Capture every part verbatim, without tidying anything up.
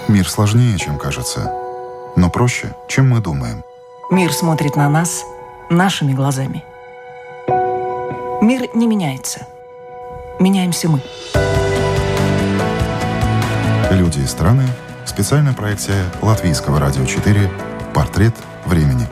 Мир сложнее, чем кажется, но проще, чем мы думаем. Мир смотрит на нас нашими глазами. Мир не меняется. Меняемся мы. Люди и страны. Специальная проекция Латвийского радио четыре «Портрет времени».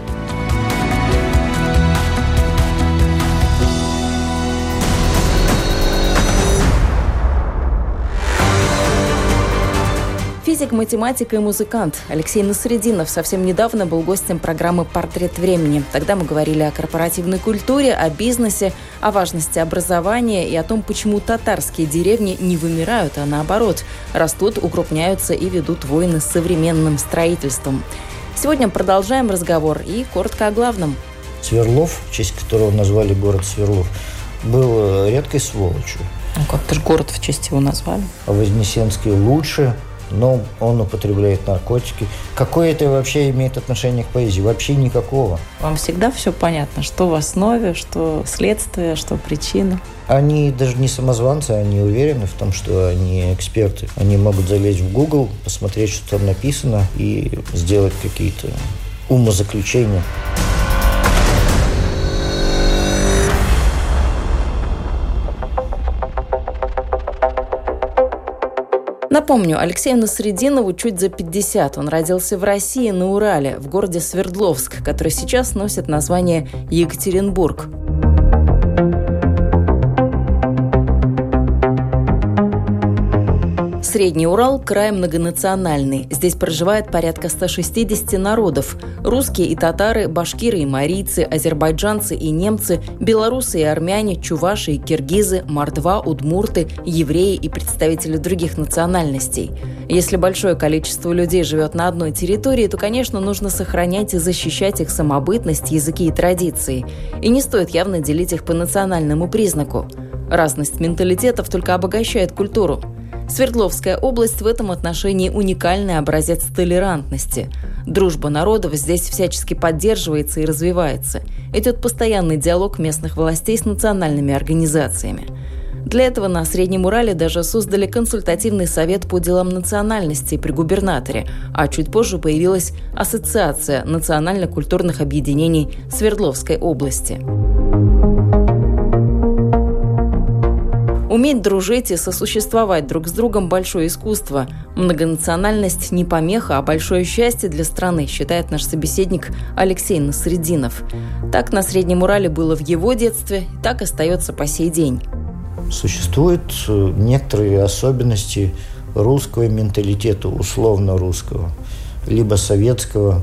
Физик, математик и музыкант Алексей Насреддинов совсем недавно был гостем программы «Портрет времени». Тогда мы говорили о корпоративной культуре, о бизнесе, о важности образования и о том, почему татарские деревни не вымирают, а наоборот, растут, укрупняются и ведут войны с современным строительством. Сегодня продолжаем разговор и коротко о главном. Сверлов, в честь которого назвали город Сверлов, был редкой сволочью. Ну как-то же город в честь его назвали. А Вознесенский лучше, но он употребляет наркотики. Какое это вообще имеет отношение к поэзии? Вообще никакого. Вам всегда все понятно, что в основе, что следствие, что причина? Они даже не самозванцы, они уверены в том, что они эксперты. Они могут залезть в Google, посмотреть, что там написано, и сделать какие-то умозаключения. Напомню, Алексею Насреддинову чуть за пятьдесят. Он родился в России, на Урале, в городе Свердловск, который сейчас носит название Екатеринбург. Средний Урал – край многонациональный. Здесь проживает порядка ста шестидесяти народов. Русские и татары, башкиры и марийцы, азербайджанцы и немцы, белорусы и армяне, чуваши и киргизы, мордва, удмурты, евреи и представители других национальностей. Если большое количество людей живет на одной территории, то, конечно, нужно сохранять и защищать их самобытность, языки и традиции. И не стоит явно делить их по национальному признаку. Разность менталитетов только обогащает культуру. Свердловская область в этом отношении уникальный образец толерантности. Дружба народов здесь всячески поддерживается и развивается. Идет постоянный диалог местных властей с национальными организациями. Для этого на Среднем Урале даже создали консультативный совет по делам национальностей при губернаторе, а чуть позже появилась Ассоциация национально-культурных объединений Свердловской области. Уметь дружить и сосуществовать друг с другом – большое искусство. Многонациональность не помеха, а большое счастье для страны, считает наш собеседник Алексей Насреддинов. Так на Среднем Урале было в его детстве, и так остается по сей день. Существуют некоторые особенности русского менталитета, условно русского, либо советского.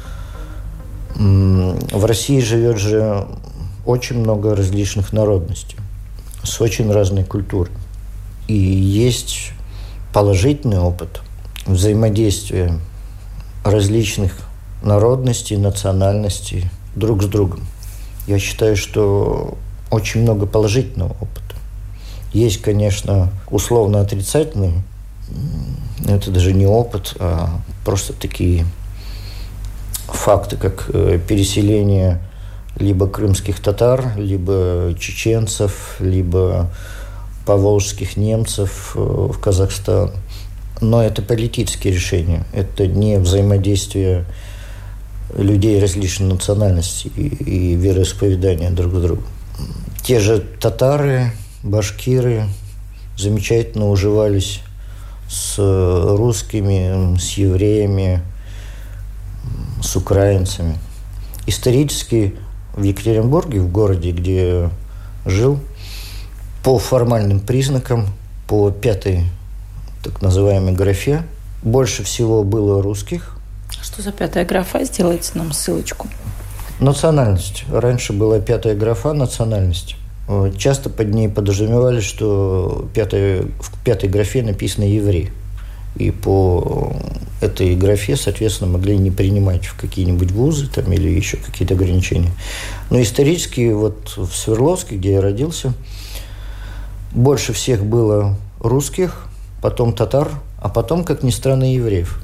В России живет же очень много различных народностей с очень разной культурой. И есть положительный опыт взаимодействия различных народностей, национальностей друг с другом. Я считаю, что очень много положительного опыта. Есть, конечно, условно отрицательный, это даже не опыт, а просто такие факты, как переселение либо крымских татар, либо чеченцев, либо поволжских немцев в Казахстан. Но это политические решения, это не взаимодействие людей различных национальностей и, и вероисповедания друг с другом. Те же татары, башкиры замечательно уживались с русскими, с евреями, с украинцами. Исторически в Екатеринбурге, в городе, где жил, по формальным признакам, по пятой так называемой графе, больше всего было русских. Что за пятая графа? Сделайте нам ссылочку. Национальность. Раньше была пятая графа национальность. Часто под ней подразумевали, что пятая, в пятой графе написано «еврей». И по этой графе, соответственно, могли не принимать в какие-нибудь вузы там, или еще какие-то ограничения. Но исторически вот в Свердловске, где я родился, больше всех было русских, потом татар, а потом, как ни странно, евреев.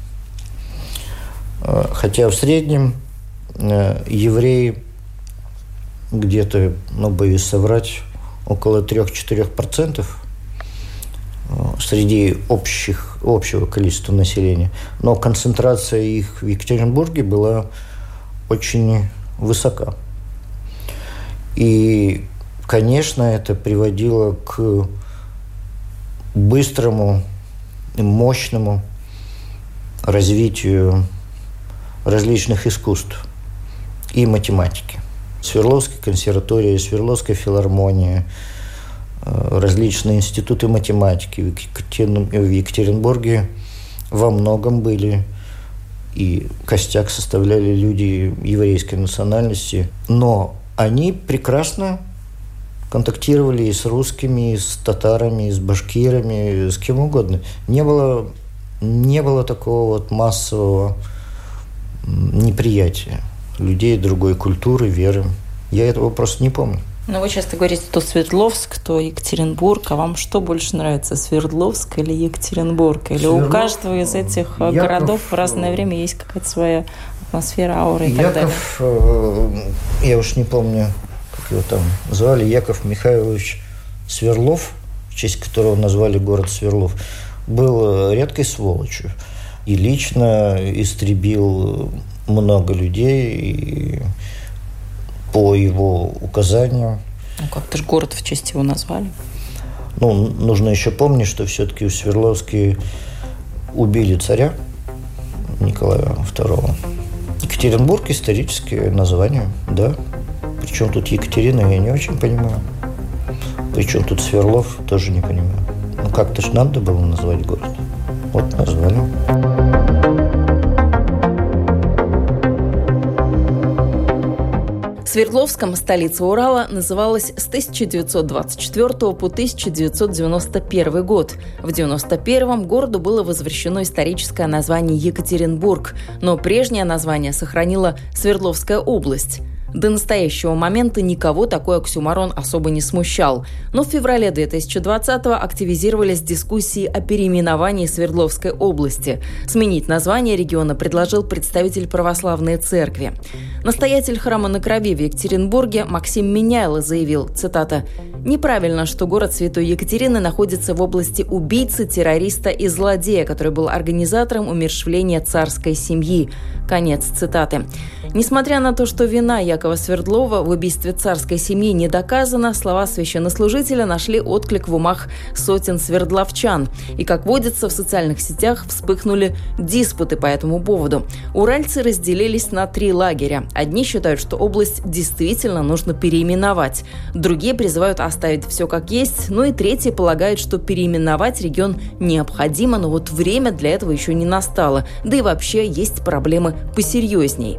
Хотя в среднем евреи где-то, ну, боюсь соврать, около три-четыре процента среди общих, общего количества населения. Но концентрация их в Екатеринбурге была очень высока. И, конечно, это приводило к быстрому, мощному развитию различных искусств и математики. Свердловская консерватория, Свердловская филармония, различные институты математики в Екатеринбурге во многом были, и костяк составляли люди еврейской национальности, но они прекрасно контактировали и с русскими, и с татарами, и с башкирами, и с кем угодно. Не было, не было такого вот массового неприятия людей другой культуры, веры. Я этого просто не помню. Но вы часто говорите, то Свердловск, то Екатеринбург. А вам что больше нравится, Свердловск или Екатеринбург? Или Свердлов... у каждого из этих Яков... городов в разное время есть какая-то своя атмосфера, аура и Яков, так далее? Я уж не помню, как его там звали, Яков Михайлович Сверлов, в честь которого назвали город Сверлов, был редкой сволочью. И лично истребил много людей, и по его указанию. Ну, как-то же город в честь его назвали. Ну, нужно еще помнить, что все-таки в Свердловске убили царя Николая второго. Екатеринбург – историческое название, да. Причем тут Екатерина, я не очень понимаю. Причем тут Сверлов, тоже не понимаю. Ну, как-то ж надо было назвать город. Вот назвали. Свердловском столица Урала называлась с тысяча девятьсот двадцать четвёртого по тысяча девятьсот девяносто первый год. В девяносто первом городу было возвращено историческое название Екатеринбург, но прежнее название сохранила Свердловская область. До настоящего момента никого такой оксюморон особо не смущал. Но в феврале две тысячи двадцатого активизировались дискуссии о переименовании Свердловской области. Сменить название региона предложил представитель православной церкви. Настоятель храма на Крови в Екатеринбурге Максим Меняйло заявил, цитата, «Неправильно, что город Святой Екатерины находится в области убийцы, террориста и злодея, который был организатором умерщвления царской семьи». Конец цитаты. Несмотря на то, что вина Якова Свердлова в убийстве царской семьи не доказана, слова священнослужителя нашли отклик в умах сотен свердловчан. И, как водится, в социальных сетях вспыхнули диспуты по этому поводу. Уральцы разделились на три лагеря. Одни считают, что область действительно нужно переименовать. Другие призывают оставить все как есть. Ну и третьи полагают, что переименовать регион необходимо, но вот время для этого еще не настало. Да и вообще есть проблемы посерьезней.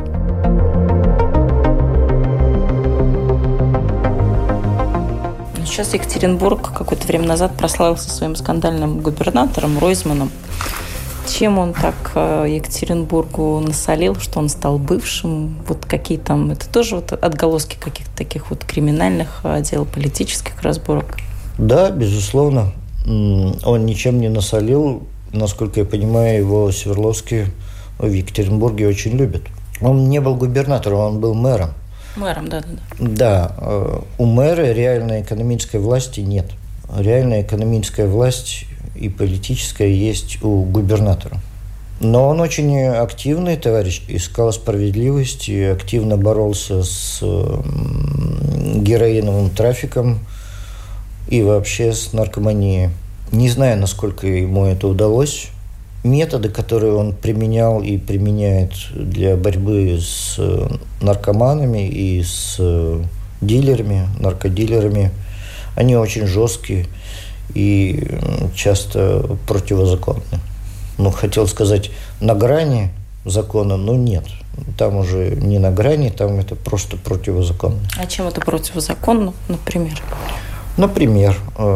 Сейчас Екатеринбург какое-то время назад прославился своим скандальным губернатором Ройзманом. Чем он так Екатеринбургу насолил, что он стал бывшим? Вот какие там... Это тоже вот отголоски каких-то таких вот криминальных дел, политических разборок? Да, безусловно. Он ничем не насолил. Насколько я понимаю, его Свердловские в Екатеринбурге очень любят. Он не был губернатором, он был мэром. Мэром, да, да, да. Да, у мэра реальной экономической власти нет. Реальная экономическая власть и политическая есть у губернатора. Но он очень активный товарищ, искал справедливости, активно боролся с героиновым трафиком и вообще с наркоманией. Не знаю, насколько ему это удалось. Методы, которые он применял и применяет для борьбы с наркоманами и с дилерами, наркодилерами, они очень жесткие и часто противозаконны. Ну, хотел сказать, на грани закона, но нет. Там уже не на грани, там это просто противозаконно. А чем это противозаконно, например? Например,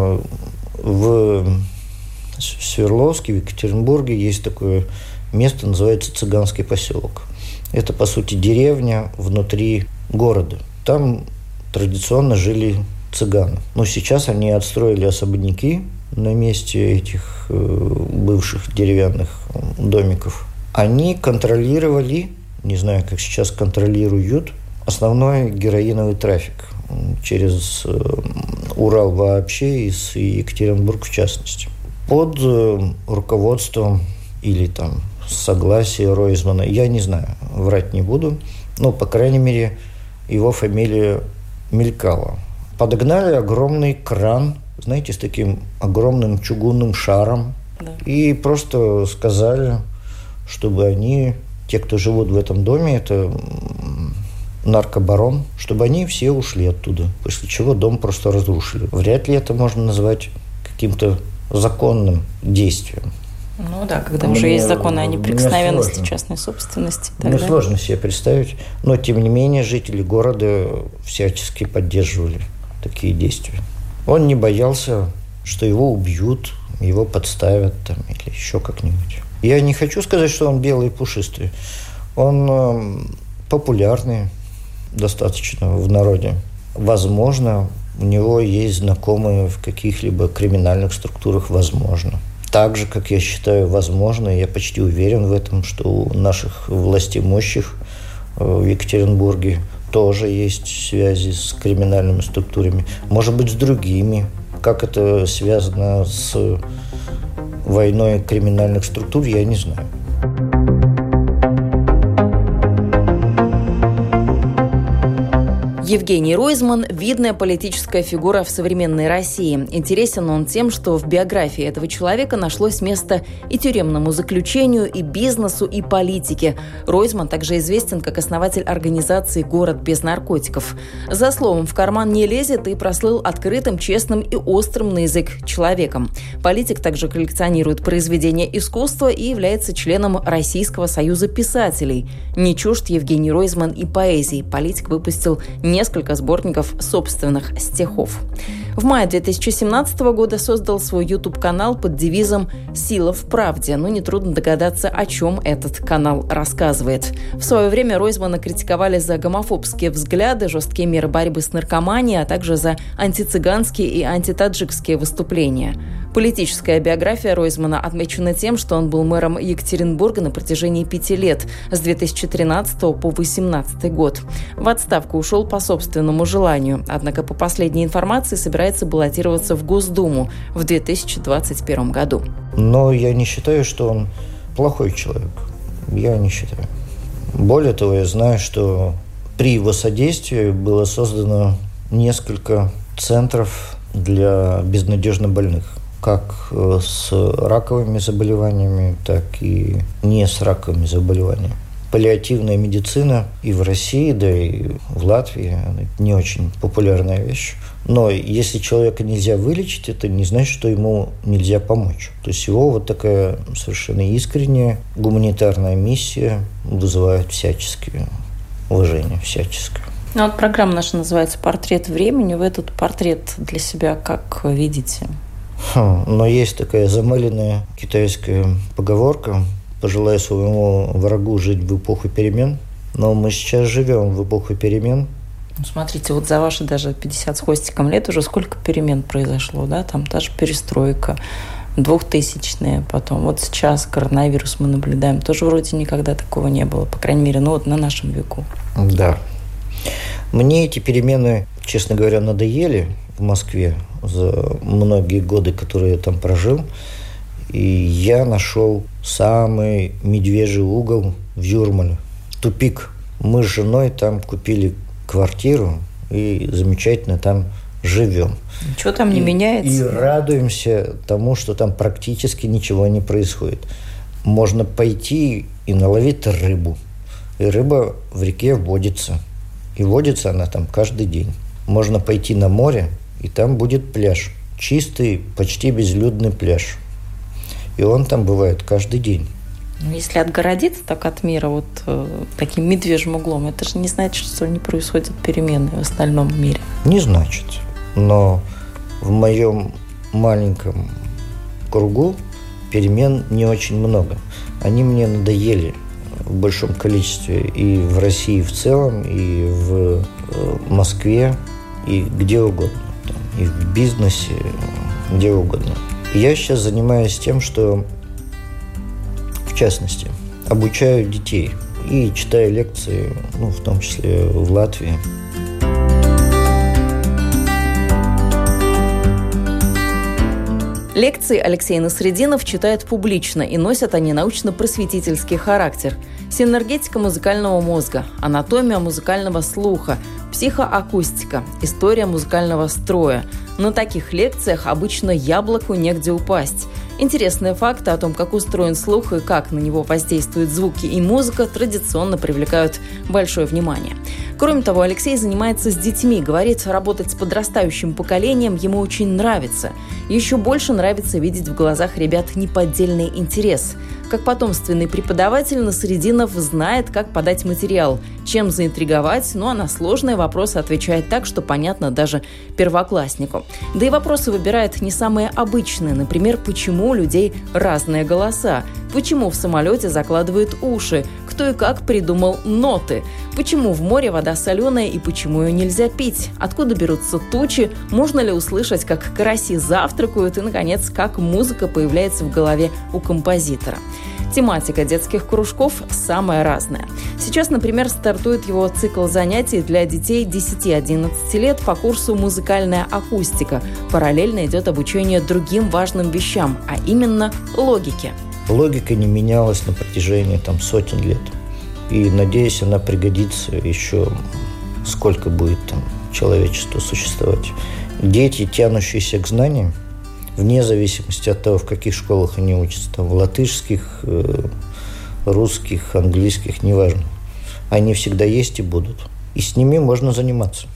в Свердловске, в Екатеринбурге есть такое место, называется Цыганский поселок. Это, по сути, деревня внутри города. Там традиционно жили цыганы. Но сейчас они отстроили особняки на месте этих бывших деревянных домиков. Они контролировали, не знаю, как сейчас контролируют, основной героиновый трафик через Урал вообще и Екатеринбург в частности. Под руководством или там согласия Ройзмана, я не знаю, врать не буду, но, по крайней мере, его фамилия мелькала. Подогнали огромный кран, знаете, с таким огромным чугунным шаром, да. И просто сказали, чтобы они, те, кто живут в этом доме, это наркобарон, чтобы они все ушли оттуда, после чего дом просто разрушили. Вряд ли это можно назвать каким-то законным действием. Ну да, когда мне, уже есть законы о неприкосновенности частной собственности. Мне сложно себе представить, но тем не менее жители города всячески поддерживали такие действия. Он не боялся, что его убьют, его подставят там, или еще как-нибудь. Я не хочу сказать, что он белый и пушистый. Он э, популярный достаточно в народе. Возможно, у него есть знакомые в каких-либо криминальных структурах, возможно. Так же, как я считаю, возможно, я почти уверен в этом, что у наших властимущих в Екатеринбурге тоже есть связи с криминальными структурами. Может быть, с другими. Как это связано с войной криминальных структур, я не знаю. Евгений Ройзман – видная политическая фигура в современной России. Интересен он тем, что в биографии этого человека нашлось место и тюремному заключению, и бизнесу, и политике. Ройзман также известен как основатель организации «Город без наркотиков». За словом в карман не лезет и прослыл открытым, честным и острым на язык человеком. Политик также коллекционирует произведения искусства и является членом Российского союза писателей. Не чужд Евгений Ройзман и поэзии. Политик выпустил несколько сборников собственных стихов. В мае две тысячи семнадцатого года создал свой YouTube-канал под девизом «Сила в правде». Ну, нетрудно догадаться, о чем этот канал рассказывает. В свое время Ройзмана критиковали за гомофобские взгляды, жесткие меры борьбы с наркоманией, а также за антицыганские и антитаджикские выступления. Политическая биография Ройзмана отмечена тем, что он был мэром Екатеринбурга на протяжении пяти лет, с две тысячи тринадцатого по две тысячи восемнадцатый год. В отставку ушел по собственному желанию, однако по последней информации собирается баллотироваться в Госдуму в две тысячи двадцать первом году. Но я не считаю, что он плохой человек. Я не считаю. Более того, я знаю, что при его содействии было создано несколько центров для безнадежно больных. Как с раковыми заболеваниями, так и не с раковыми заболеваниями. Паллиативная медицина и в России, да и в Латвии – не очень популярная вещь. Но если человека нельзя вылечить, это не значит, что ему нельзя помочь. То есть его вот такая совершенно искренняя гуманитарная миссия вызывает всяческое уважение, всяческое. Ну, вот программа наша называется «Портрет времени». Вы этот портрет для себя как видите? Но есть такая замыленная китайская поговорка: «Пожелай своему врагу жить в эпоху перемен». Но мы сейчас живем в эпоху перемен. Ну, смотрите, вот за ваши даже пятьдесят с хвостиком лет уже сколько перемен произошло, да? Там та же перестройка, двухтысячные, потом вот сейчас коронавирус мы наблюдаем. Тоже вроде никогда такого не было, по крайней мере, ну вот на нашем веку. Да. Мне эти перемены, честно говоря, надоели в Москве за многие годы, которые я там прожил. И я нашел самый медвежий угол в Юрмале. Тупик. Мы с женой там купили квартиру и замечательно там живем. Ничего там не и, меняется? И радуемся тому, что там практически ничего не происходит. Можно пойти и наловить рыбу. И рыба в реке водится. И водится она там каждый день. Можно пойти на море, и там будет пляж. Чистый, почти безлюдный пляж. И он там бывает каждый день. Но если отгородиться так от мира вот э, таким медвежьим углом, это же не значит, что не происходят перемены в остальном мире. Не значит. Но в моем маленьком кругу перемен не очень много. Они мне надоели в большом количестве и в России в целом, и в Москве, и где угодно. И в бизнесе, где угодно. Я сейчас занимаюсь тем, что, в частности, обучаю детей и читаю лекции, ну, в том числе в Латвии. Лекции Алексей Насреддинов читает публично, и носят они научно-просветительский характер. Синергетика музыкального мозга, анатомия музыкального слуха, психоакустика, история музыкального строя. На таких лекциях обычно яблоку негде упасть. Интересные факты о том, как устроен слух и как на него воздействуют звуки и музыка, традиционно привлекают большое внимание. Кроме того, Алексей занимается с детьми, говорит, работать с подрастающим поколением ему очень нравится. Еще больше нравится видеть в глазах ребят неподдельный интерес. Как потомственный преподаватель Насреддинов знает, как подать материал, чем заинтриговать, ну а на сложные вопросы отвечает так, что понятно даже первокласснику. Да и вопросы выбирает не самые обычные, например, почему у людей разные голоса, почему в самолете закладывают уши, кто и как придумал ноты, почему в море вода соленая и почему ее нельзя пить, откуда берутся тучи, можно ли услышать, как караси завтракают и, наконец, как музыка появляется в голове у композитора. Тематика детских кружков самая разная. Сейчас, например, стартует его цикл занятий для детей десяти-одиннадцати лет по курсу «Музыкальная акустика». Параллельно идет обучение другим важным вещам, а именно логике. Логика не менялась на протяжении там, сотен лет. И, надеюсь, она пригодится еще сколько будет там, человечеству существовать. Дети, тянущиеся к знаниям, вне зависимости от того, в каких школах они учатся, там, в латышских, э, русских, английских, неважно. Они всегда есть и будут. И с ними можно заниматься.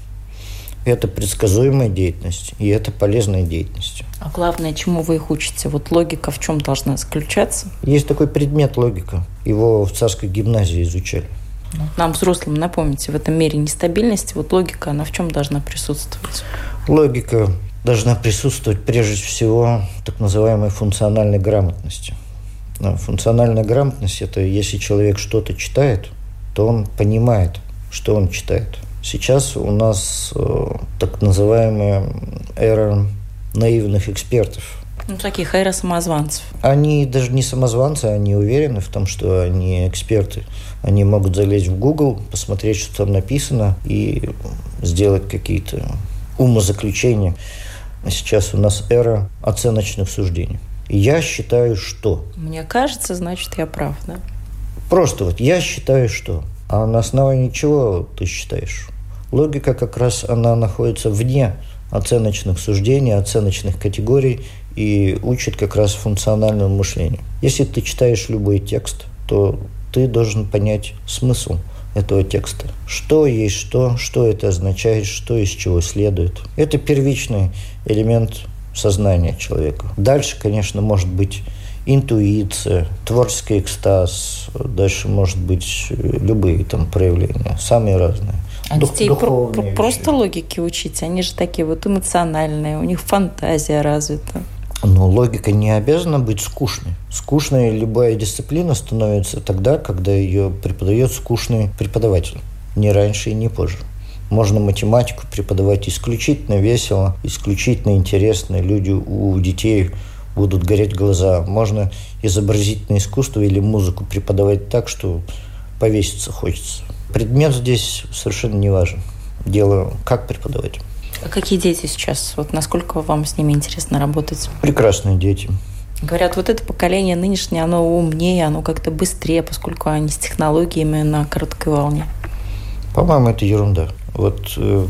Это предсказуемая деятельность, и это полезная деятельность. А главное, чему вы их учите? Вот логика в чем должна заключаться? Есть такой предмет логика. Его в царской гимназии изучали. Нам, взрослым, напомните, в этом мире нестабильности, вот логика, она в чем должна присутствовать? Логика должна присутствовать прежде всего в так называемой функциональной грамотности. Функциональная грамотность – это если человек что-то читает, то он понимает, что он читает. Сейчас у нас э, так называемая эра наивных экспертов. Ну, таких эра самозванцев. Они даже не самозванцы, они уверены в том, что они эксперты. Они могут залезть в Google, посмотреть, что там написано, и сделать какие-то умозаключения. Сейчас у нас эра оценочных суждений. И я считаю, что... Мне кажется, значит, я прав, да? Просто вот я считаю, что... А на основании чего ты считаешь? Логика как раз, она находится вне оценочных суждений, оценочных категорий и учит как раз функциональному мышлению. Если ты читаешь любой текст, то ты должен понять смысл этого текста. Что есть что, что это означает, что из чего следует. Это первичный элемент сознания человека. Дальше, конечно, может быть интуиция, творческий экстаз, дальше может быть любые там проявления, самые разные. А Дух, детей про- про- просто логике учить, они же такие вот эмоциональные, у них фантазия развита. Но логика не обязана быть скучной. Скучной любая дисциплина становится тогда, когда ее преподает скучный преподаватель. Не раньше и не позже. Можно математику преподавать исключительно весело, исключительно интересно. Люди, у детей будут гореть глаза. Можно изобразительное искусство или музыку преподавать так, что повеситься хочется. Предмет здесь совершенно не важен. Дело, как преподавать. А какие дети сейчас? Вот насколько вам с ними интересно работать? Прекрасные дети. Говорят, вот это поколение нынешнее, оно умнее, оно как-то быстрее, поскольку они с технологиями на короткой волне. По-моему, это ерунда. Вот э,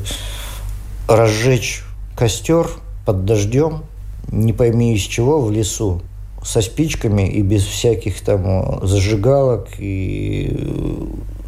разжечь костер под дождем, не пойми из чего, в лесу, со спичками и без всяких там зажигалок и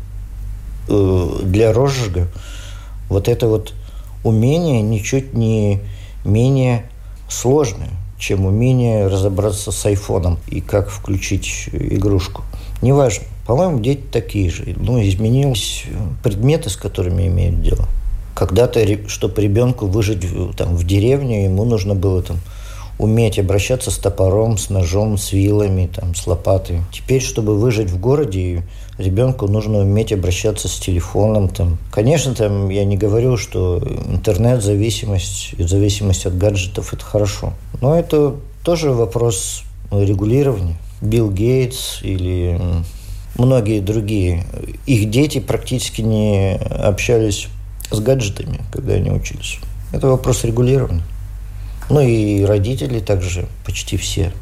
э, для розжига, вот это вот умение ничуть не менее сложное, чем умение разобраться с айфоном и как включить игрушку. Неважно. По-моему, дети такие же. Ну, изменились предметы, с которыми имеют дело. Когда-то, чтобы ребенку выжить там, в деревне, ему нужно было там, уметь обращаться с топором, с ножом, с вилами, там, с лопатой. Теперь, чтобы выжить в городе, ребенку нужно уметь обращаться с телефоном. Там. Конечно, там, я не говорю, что интернет-зависимость и зависимость от гаджетов – это хорошо. Но это тоже вопрос регулирования. Билл Гейтс или многие другие. Их дети практически не общались с гаджетами, когда они учились. Это вопрос регулирования. Ну и родители также почти все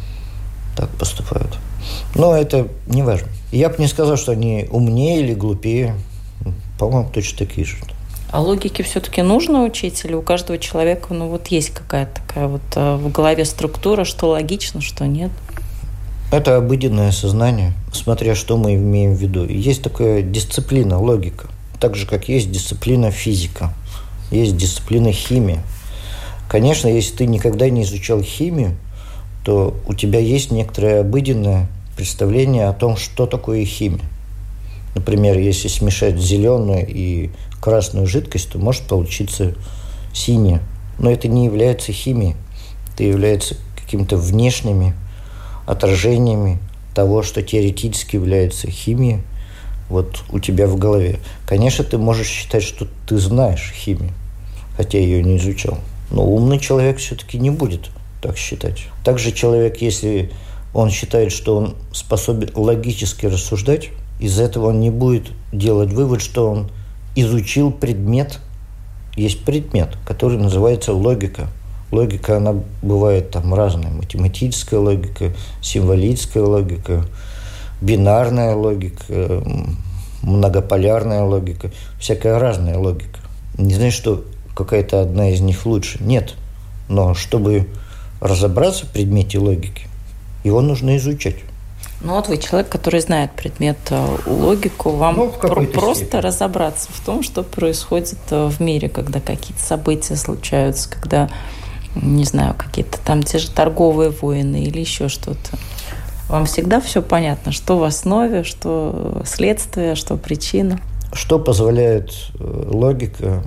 так поступают. Но это не важно. Я бы не сказал, что они умнее или глупее. По-моему, точно такие же. А логике все-таки нужно учить? Или у каждого человека ну, вот есть какая-то такая вот в голове структура, что логично, что нет? Это обыденное сознание, смотря что мы имеем в виду. Есть такая дисциплина, логика. Так же, как есть дисциплина физика, есть дисциплина химия. Конечно, если ты никогда не изучал химию, то у тебя есть некоторое обыденное представление о том, что такое химия. Например, если смешать зеленую и красную жидкость, то может получиться синяя. Но это не является химией. Это является какими-то внешними отражениями того, что теоретически является химией вот у тебя в голове. Конечно, ты можешь считать, что ты знаешь химию, хотя ее не изучал. Но умный человек все-таки не будет так считать. Также человек, если он считает, что он способен логически рассуждать, из этого он не будет делать вывод, что он изучил предмет. Есть предмет, который называется логика. Логика, она бывает там разная. Математическая логика, символическая логика, бинарная логика, многополярная логика. Всякая разная логика. Не значит, что какая-то одна из них лучше. Нет. Но чтобы разобраться в предмете логики, его нужно изучать. Ну вот вы человек, который знает предмет логику, вам ну, про- просто степени. Разобраться в том, что происходит в мире, когда какие-то события случаются, когда, не знаю, какие-то там те же торговые войны или еще что-то. Вам всегда все понятно, что в основе, что следствие, что причина? Что позволяет логика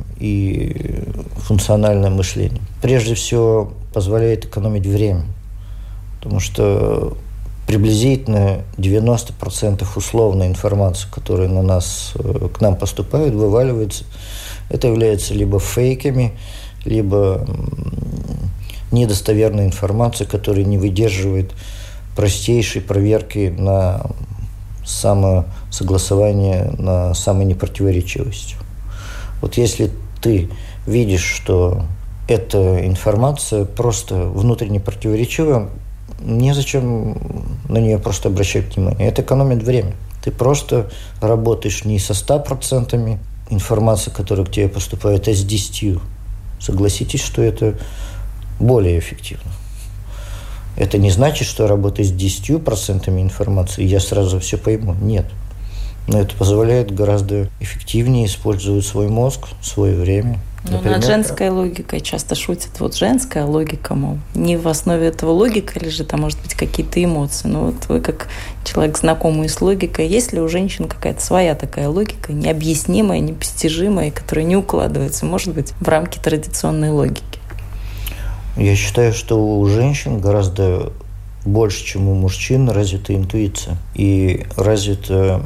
и функциональное мышление? Прежде всего, позволяет экономить время, потому что приблизительно девяносто процентов условной информации, которая на нас, к нам поступает, вываливается. Это является либо фейками, либо недостоверной информацией, которая не выдерживает простейшей проверки на самосогласование, на самонепротиворечивость. Вот если ты видишь, что эта информация просто внутренне противоречива, незачем на нее просто обращать внимание. Это экономит время. Ты просто работаешь не со ста процентами информации, которая к тебе поступает, а с десятью. Согласитесь, что это более эффективно. Это не значит, что работая с десятью процентами информации я сразу все пойму. Нет. Но это позволяет гораздо эффективнее использовать свой мозг, свое время. Ну, над женской логикой часто шутят. Вот женская логика, мол, не в основе этого логика лежит, а может быть какие-то эмоции. Но вот вы как человек, знакомый с логикой, есть ли у женщин какая-то своя такая логика, необъяснимая, непостижимая, которая не укладывается, может быть, в рамки традиционной логики? Я считаю, что у женщин гораздо больше, чем у мужчин, развита интуиция и развита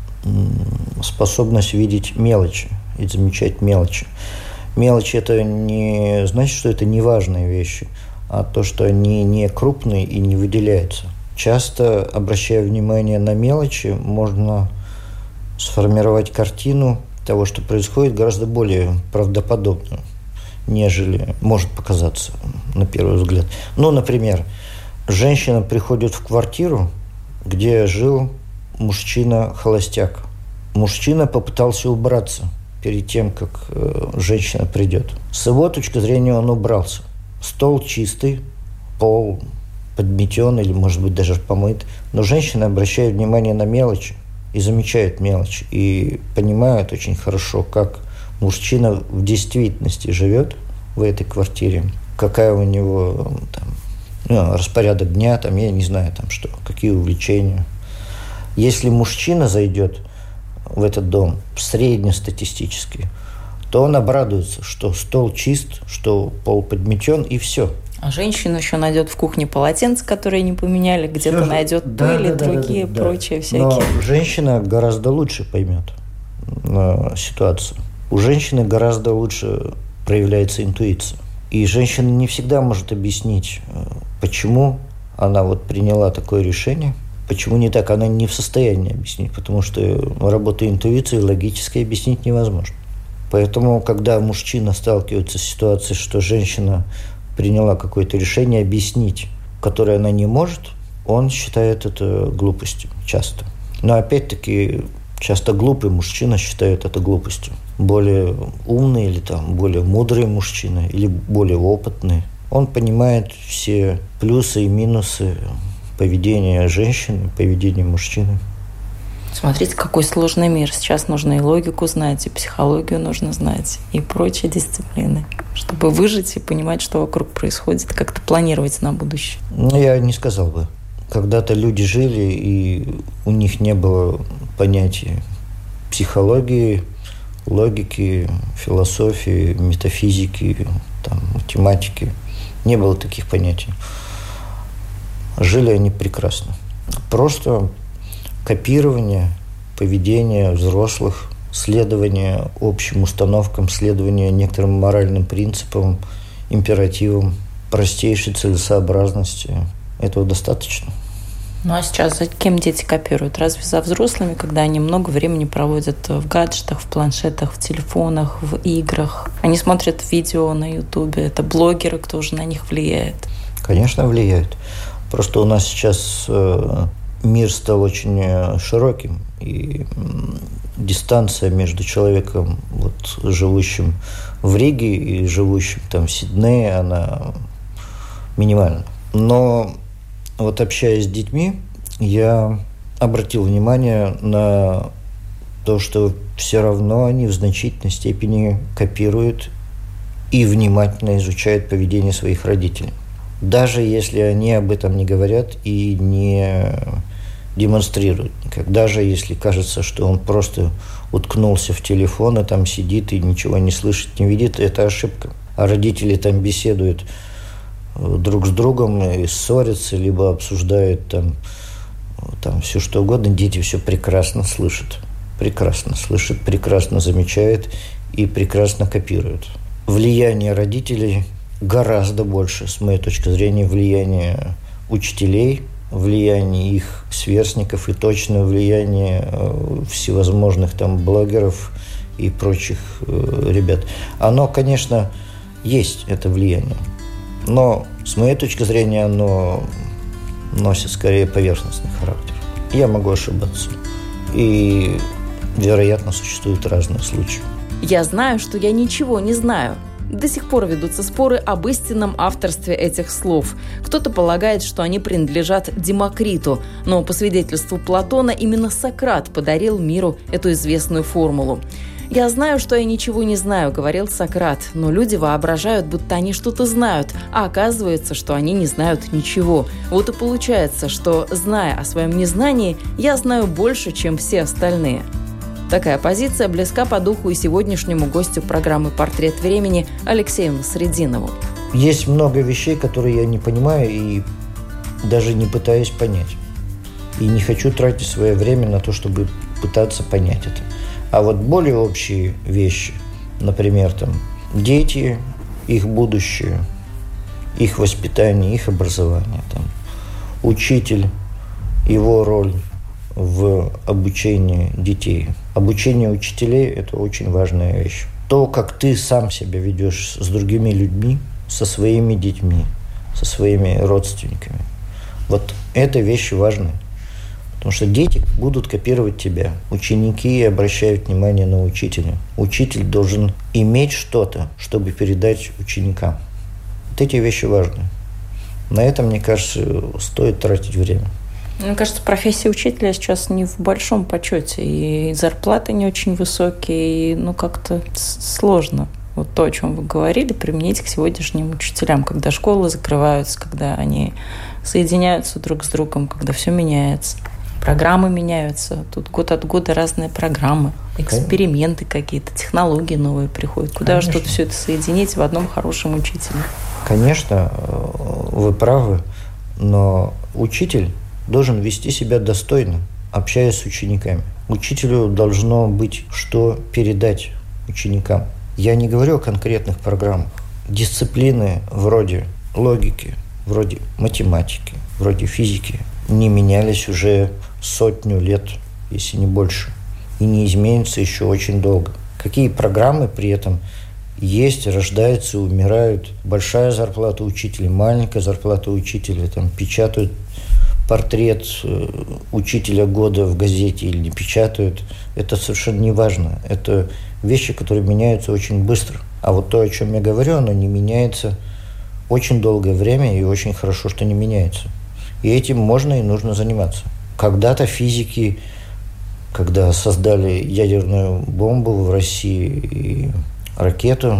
способность видеть мелочи и замечать мелочи. Мелочи – это не значит, что это неважные вещи, а то, что они не крупные и не выделяются. Часто, обращая внимание на мелочи, можно сформировать картину того, что происходит, гораздо более правдоподобную, нежели может показаться на первый взгляд. Ну, например, женщина приходит в квартиру, где жил мужчина-холостяк. Мужчина попытался убраться перед тем, как э, женщина придет. С его точки зрения он убрался. Стол чистый, пол подметен или, может быть, даже помыт. Но женщина обращает внимание на мелочи и замечает мелочи. И понимает очень хорошо, как мужчина в действительности живет в этой квартире, какая у него там, ну, распорядок дня, там, я не знаю, там, что, какие увлечения. Если мужчина зайдет в этот дом среднестатистически, то он обрадуется, что стол чист, что пол подметен, и все. А женщина еще найдет в кухне полотенце, которые не поменяли, где-то все найдет да, пыль и да, другие да, да, прочие да. всякие. Но женщина гораздо лучше поймет э, ситуацию. У женщины гораздо лучше проявляется интуиция. И женщина не всегда может объяснить, почему она вот приняла такое решение, почему не так, она не в состоянии объяснить, потому что работа интуиции логически объяснить невозможно. Поэтому, когда мужчина сталкивается с ситуацией, что женщина приняла какое-то решение объяснить, которое она не может, он считает это глупостью часто. Но опять-таки часто глупый мужчина считает это глупостью. Более умный или там более мудрый мужчина или более опытный, он понимает все плюсы и минусы поведения женщины, поведения мужчины. Смотрите, какой сложный мир. Сейчас нужно и логику знать, и психологию нужно знать, и прочие дисциплины, чтобы выжить и понимать, что вокруг происходит, как-то планировать на будущее. Ну, я не сказал бы. Когда-то люди жили, и у них не было понятия психологии, логики, философии, метафизики, там, математики. Не было таких понятий. Жили они прекрасно. Просто копирование поведения взрослых, следование общим установкам, следование некоторым моральным принципам, императивам, простейшей целесообразности. Этого достаточно. Ну а сейчас за кем дети копируют? Разве за взрослыми, когда они много времени проводят в гаджетах, в планшетах, в телефонах, в играх? Они смотрят видео на Ютубе. Это блогеры, кто же на них влияет? Конечно, влияет. Просто у нас сейчас мир стал очень широким, и дистанция между человеком, вот, живущим в Риге и живущим там в Сиднее, она минимальна. Но вот общаясь с детьми, я обратил внимание на то, что все равно они в значительной степени копируют и внимательно изучают поведение своих родителей. Даже если они об этом не говорят и не демонстрируют никак. Даже если кажется, что он просто уткнулся в телефон и там сидит и ничего не слышит, не видит, это ошибка. А родители там беседуют друг с другом и ссорятся, либо обсуждают там, там все что угодно. Дети все прекрасно слышат. Прекрасно слышат, прекрасно замечают и прекрасно копируют. Влияние родителей гораздо больше, с моей точки зрения, влияние учителей, влияние их сверстников и точное влияние всевозможных там блогеров и прочих ребят. Оно, конечно, есть, это влияние. Но, с моей точки зрения, оно носит скорее поверхностный характер. Я могу ошибаться. И, вероятно, существуют разные случаи. Я знаю, что я ничего не знаю. До сих пор ведутся споры об истинном авторстве этих слов. Кто-то полагает, что они принадлежат Демокриту, но по свидетельству Платона именно Сократ подарил миру эту известную формулу. «Я знаю, что я ничего не знаю», — говорил Сократ, но люди воображают, будто они что-то знают, а оказывается, что они не знают ничего. Вот и получается, что, зная о своем незнании, я знаю больше, чем все остальные. Такая позиция близка по духу и сегодняшнему гостю программы «Портрет времени» Алексею Насреддинову. Есть много вещей, которые я не понимаю и даже не пытаюсь понять. И не хочу тратить свое время на то, чтобы пытаться понять это. А вот более общие вещи, например, там, дети, их будущее, их воспитание, их образование, там, учитель, его роль в обучении детей. Обучение учителей – это очень важная вещь. То, как ты сам себя ведешь с другими людьми, со своими детьми, со своими родственниками. Вот это вещи важные. Потому что дети будут копировать тебя. Ученики обращают внимание на учителя. Учитель должен иметь что-то, чтобы передать ученикам. Вот эти вещи важны. На это, мне кажется, стоит тратить время. Мне кажется, профессия учителя сейчас не в большом почете. И зарплаты не очень высокие, и ну, как-то сложно. Вот то, о чем вы говорили, применить к сегодняшним учителям, когда школы закрываются, когда они соединяются друг с другом, когда все меняется. Программы меняются. Тут год от года разные программы, эксперименты какие-то, технологии новые приходят. Куда же тут все это соединить в одном хорошем учителе? Конечно, вы правы, но учитель должен вести себя достойно, общаясь с учениками. Учителю должно быть что передать ученикам. Я не говорю о конкретных программах. Дисциплины вроде логики, вроде математики, вроде физики не менялись уже сотню лет, если не больше, и не изменятся еще очень долго. Какие программы при этом есть, рождаются, умирают. Большая зарплата учителя, маленькая зарплата учителя. Там печатают портрет учителя года в газете или не печатают. Это совершенно не важно. Это вещи, которые меняются очень быстро. А вот то, о чем я говорю, оно не меняется очень долгое время, и очень хорошо, что не меняется. И этим можно и нужно заниматься. Когда-то физики, когда создали ядерную бомбу в России и ракету,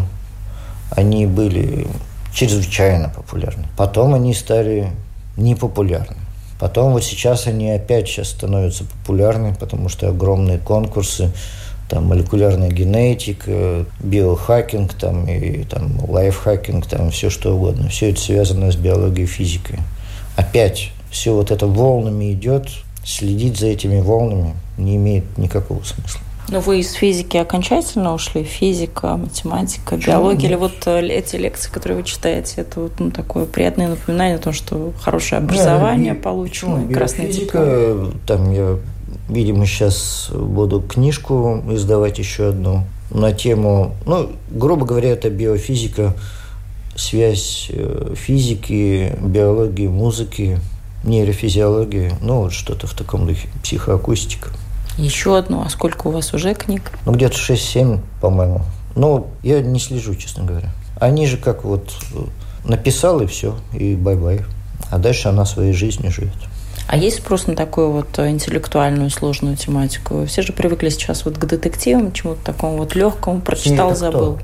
они были чрезвычайно популярны. Потом они стали непопулярны. Потом вот сейчас они опять сейчас становятся популярны, потому что огромные конкурсы, там молекулярная генетика, биохакинг, там, и там, лайфхакинг, там, все что угодно. Все это связано с биологией и физикой. Опять все вот это волнами идет, следить за этими волнами не имеет никакого смысла. Но вы из физики окончательно ушли? Физика, математика, биология? Или вот эти лекции, которые вы читаете, это вот, ну, такое приятное напоминание о том, что хорошее образование Нет, получено, и красный диплом? Там я, видимо, сейчас буду книжку издавать еще одну на тему, ну, грубо говоря, это биофизика, связь физики, биологии, музыки, нейрофизиологии, ну, вот что-то в таком духе, психоакустика. Еще одну. А сколько у вас уже книг? Ну, где-то шесть-семь, по-моему. Ну, я не слежу, честно говоря. Они же как вот написал, и все, и бай-бай. А дальше она своей жизнью живет. А есть спрос на такую вот интеллектуальную сложную тематику? Все же привыкли сейчас вот к детективам, чему-то такому вот легкому, прочитал, Нет, забыл.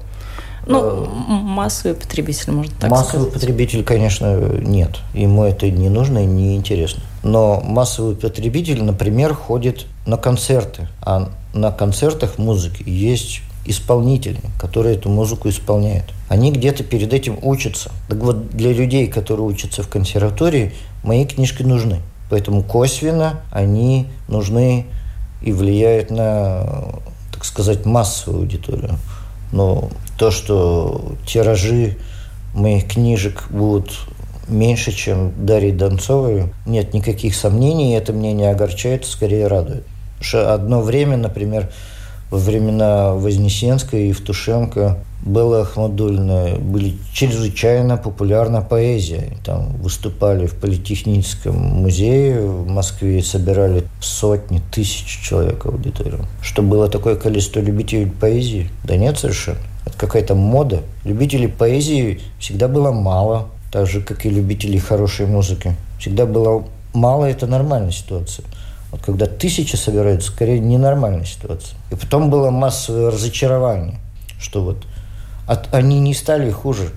Ну, массовый потребитель, можно так массовый сказать. Массовый потребитель, конечно, нет. Ему это не нужно и не интересно. Но массовый потребитель, например, ходит на концерты. А на концертах музыки есть исполнители, которые эту музыку исполняют. Они где-то перед этим учатся. Так вот, для людей, которые учатся в консерватории, мои книжки нужны. Поэтому косвенно они нужны и влияют на, так сказать, массовую аудиторию. Но то, что тиражи моих книжек будут меньше, чем Дарьи Донцовой, нет никаких сомнений, и это меня не огорчает, скорее радует. Потому что одно время, например, во времена Вознесенской и Евтушенко, Белла Ахмадульна были чрезвычайно популярна поэзия. Там выступали в Политехническом музее в Москве, собирали сотни, тысяч человек аудиторию. Что было такое количество любителей поэзии? Да нет совершенно. Это какая-то мода. Любителей поэзии всегда было мало, так же, как и любителей хорошей музыки. Всегда было мало, это нормальная ситуация. Вот когда тысячи собираются, скорее ненормальная ситуация. И потом было массовое разочарование, что вот от, они не стали хуже.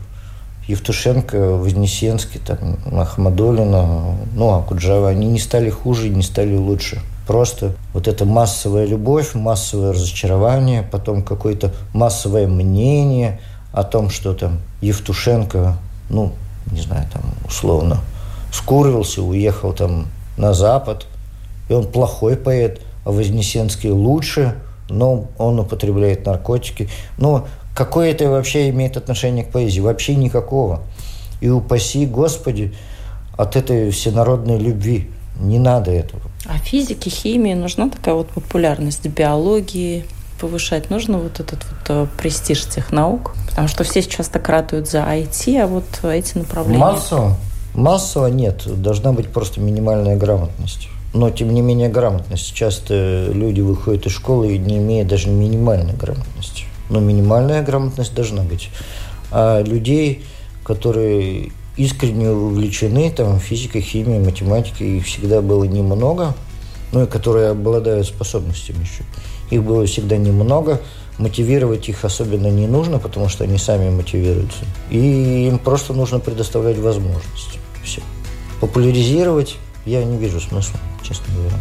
Евтушенко, Вознесенский, там, Ахмадуллина, ну, Акуджава, они не стали хуже и не стали лучше. Просто вот эта массовая любовь, массовое разочарование, потом какое-то массовое мнение о том, что там Евтушенко, ну, не знаю, там, условно, скурвился, уехал там на Запад, и он плохой поэт, а Вознесенский лучше, но он употребляет наркотики. Но какое это вообще имеет отношение к поэзии? Вообще никакого. И упаси, Господи, от этой всенародной любви. Не надо этого. А физике, химии нужна такая вот популярность, биологии повышать? Нужно вот этот вот престиж тех наук? Потому что все сейчас так ратуют за ай ти, а вот эти направления... Массово? Массово нет. Должна быть просто минимальная грамотность. Но, тем не менее, грамотность. Часто люди выходят из школы, не имея даже минимальной грамотности. Но минимальная грамотность должна быть. А людей, которые искренне увлечены там, физикой, химией, математикой, их всегда было немного, ну и которые обладают способностями еще. Их было всегда немного. Мотивировать их особенно не нужно, потому что они сами мотивируются. И им просто нужно предоставлять возможность. Все. Популяризировать я не вижу смысла, честно говоря.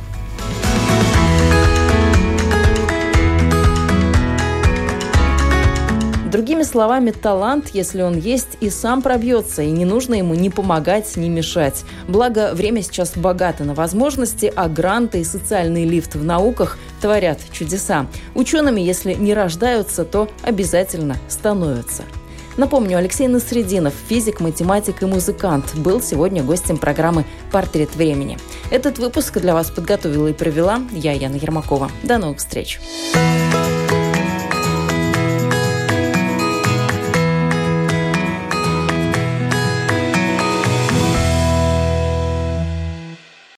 Другими словами, талант, если он есть, и сам пробьется, и не нужно ему ни помогать, ни мешать. Благо, время сейчас богато на возможности, а гранты и социальный лифт в науках творят чудеса. Учеными, если не рождаются, то обязательно становятся. Напомню, Алексей Насреддинов, физик, математик и музыкант, был сегодня гостем программы «Портрет времени». Этот выпуск для вас подготовила и провела я, Яна Ермакова. До новых встреч!